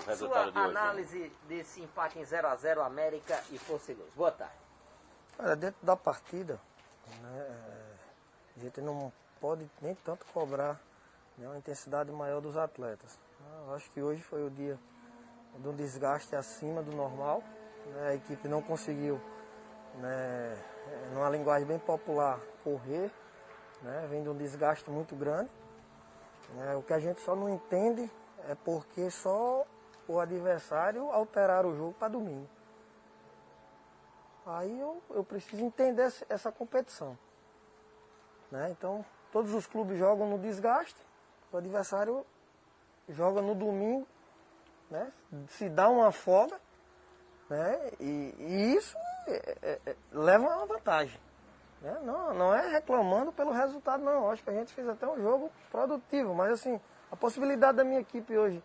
resultado de hoje. Análise desse empate em 0-0 América e Força e Luz. Boa tarde. Olha, dentro da partida, né, a gente não pode nem tanto cobrar, né, uma intensidade maior dos atletas. Eu acho que hoje foi o dia de um desgaste acima do normal. Né, a equipe não conseguiu, né, numa linguagem bem popular, correr, né, vem de um desgaste muito grande. Né, o que a gente só não entende é porque só o adversário alterar o jogo para domingo. Aí eu preciso entender essa competição. Né? Então, todos os clubes jogam no desgaste, o adversário joga no domingo, né? Se dá uma folga, né? E isso leva a uma vantagem. Né? Não é reclamando pelo resultado, não. Acho que a gente fez até um jogo produtivo, mas assim, a possibilidade da minha equipe hoje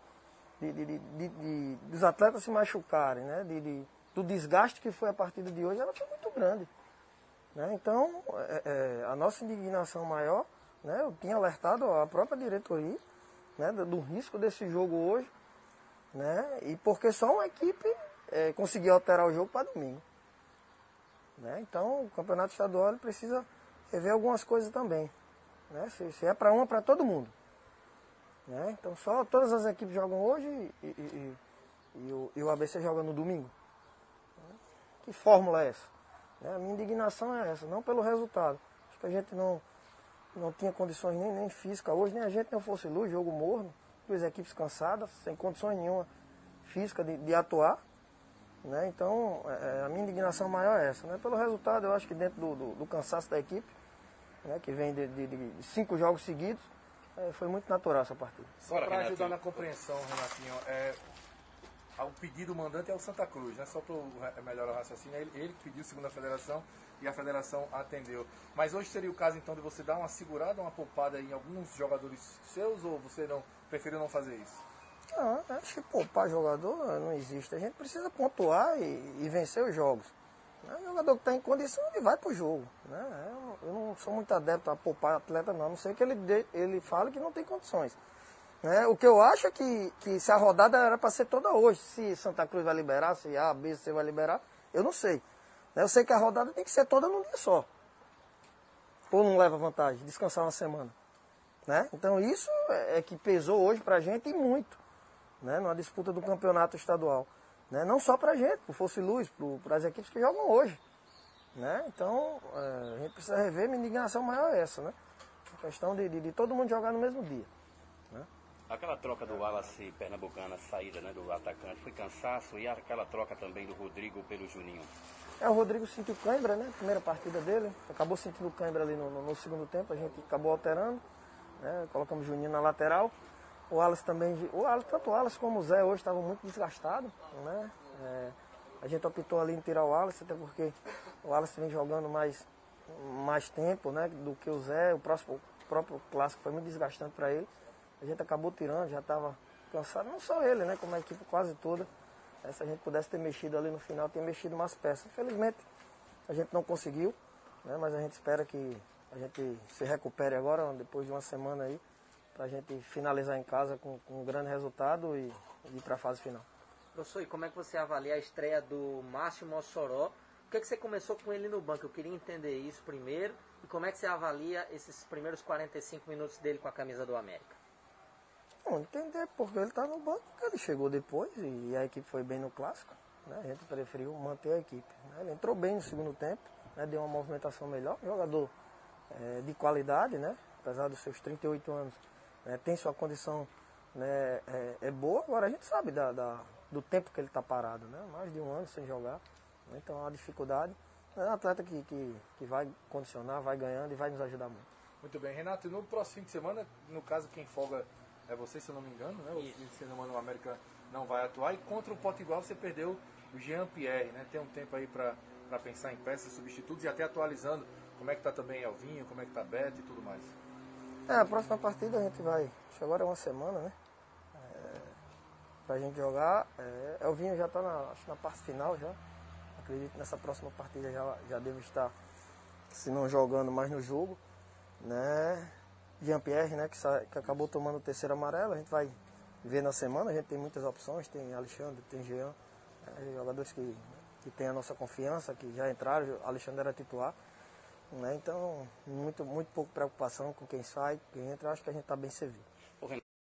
dos atletas se machucarem, né? Do desgaste que foi a partida de hoje, ela foi muito grande. Né? Então, a nossa indignação maior, né? Eu tinha alertado a própria diretoria, né? Do risco desse jogo hoje, né? E porque só uma equipe conseguiu alterar o jogo para domingo. Né? Então, o campeonato estadual precisa rever algumas coisas também. Né? Se é para para todo mundo. Né? Então, só todas as equipes jogam hoje e o ABC joga no domingo. Que fórmula é essa? Né? A minha indignação é essa, não pelo resultado. Acho que a gente não tinha condições nem física hoje, nem a gente nem Força e Luz, jogo morno, duas equipes cansadas, sem condições nenhuma física de atuar. Né? Então, a minha indignação maior é essa. Né? Pelo resultado, eu acho que dentro do cansaço da equipe, né? Que vem de 5 jogos seguidos, foi muito natural essa partida. Só para ajudar na compreensão, Renatinho, o pedido do mandante é o Santa Cruz, né? Só para melhorar o raciocínio, ele que pediu segundo a federação e a federação atendeu. Mas hoje seria o caso então de você dar uma segurada, uma poupada em alguns jogadores seus, ou você preferiu não fazer isso? Não, acho que poupar jogador não existe. A gente precisa pontuar e vencer os jogos. Né? O jogador que está em condição, ele vai para o jogo. Né? Eu não sou muito adepto a poupar atleta, não. A não sei que ele fale que não tem condições. Né? O que eu acho é que se a rodada era para ser toda hoje, se Santa Cruz vai liberar, se A, B, C vai liberar, eu não sei. Né? Eu sei que a rodada tem que ser toda num dia só. Ou não leva vantagem, descansar uma semana. Né? Então isso é que pesou hoje para a gente e muito. Né? Numa disputa do campeonato estadual. Né? Não só para a gente, para o Força e Luz, para as equipes que jogam hoje. Né? Então a gente precisa rever, minha indignação maior é essa. Né? A questão de todo mundo jogar no mesmo dia. Né? Aquela troca do Wallace Pernambucano, a saída, né, do atacante, foi cansaço, e aquela troca também do Rodrigo pelo Juninho? O Rodrigo sentiu cãibra, né? Primeira partida dele, acabou sentindo cãibra ali no segundo tempo, a gente acabou alterando, né? Colocamos o Juninho na lateral. O Wallace também, tanto o Wallace como o Zé hoje estavam muito desgastados, né? A gente optou ali em tirar o Wallace, até porque o Wallace vem jogando mais tempo, né, do que o Zé. O próprio clássico foi muito desgastante para ele. A gente acabou tirando, já estava cansado, não só ele, né, como a equipe quase toda. Se a gente pudesse ter mexido ali no final, ter mexido umas peças. Infelizmente, a gente não conseguiu, né, mas a gente espera que a gente se recupere agora, depois de uma semana aí, para a gente finalizar em casa com um grande resultado e ir para a fase final. Professor, e como é que você avalia a estreia do Márcio Mossoró? Por que você começou com ele no banco? Eu queria entender isso primeiro. E como é que você avalia esses primeiros 45 minutos dele com a camisa do América? Bom, entender porque ele está no banco, porque ele chegou depois e a equipe foi bem no clássico. Né? A gente preferiu manter a equipe. Né? Ele entrou bem no segundo tempo, né? Deu uma movimentação melhor. Jogador de qualidade, né? Apesar dos seus 38 anos, né? Tem sua condição, né? Boa. Agora a gente sabe do tempo que ele está parado, né? Mais de um ano sem jogar. Né? Então é uma dificuldade. É um atleta que vai condicionar, vai ganhando e vai nos ajudar muito. Muito bem, Renato, e no próximo fim de semana, no caso quem folga é você, se eu não me engano, né? O fim de semana o América não vai atuar, e contra o Potiguar você perdeu o Jean-Pierre, né? Tem um tempo aí para pensar em peças, substitutos e até atualizando como é que está também Elvinho, como é que está Beto e tudo mais. A próxima partida a gente vai, acho que agora é uma semana, né? Pra gente jogar, Elvinho já está na parte final já. Acredito que nessa próxima partida já deve estar, se não jogando, mais no jogo, né? Jean-Pierre, né, que acabou tomando o terceiro amarelo, a gente vai ver na semana, a gente tem muitas opções, tem Alexandre, tem Jean, jogadores que têm a nossa confiança, que já entraram, Alexandre era titular, né? Então muito pouco preocupação com quem sai, quem entra, acho que a gente está bem servido.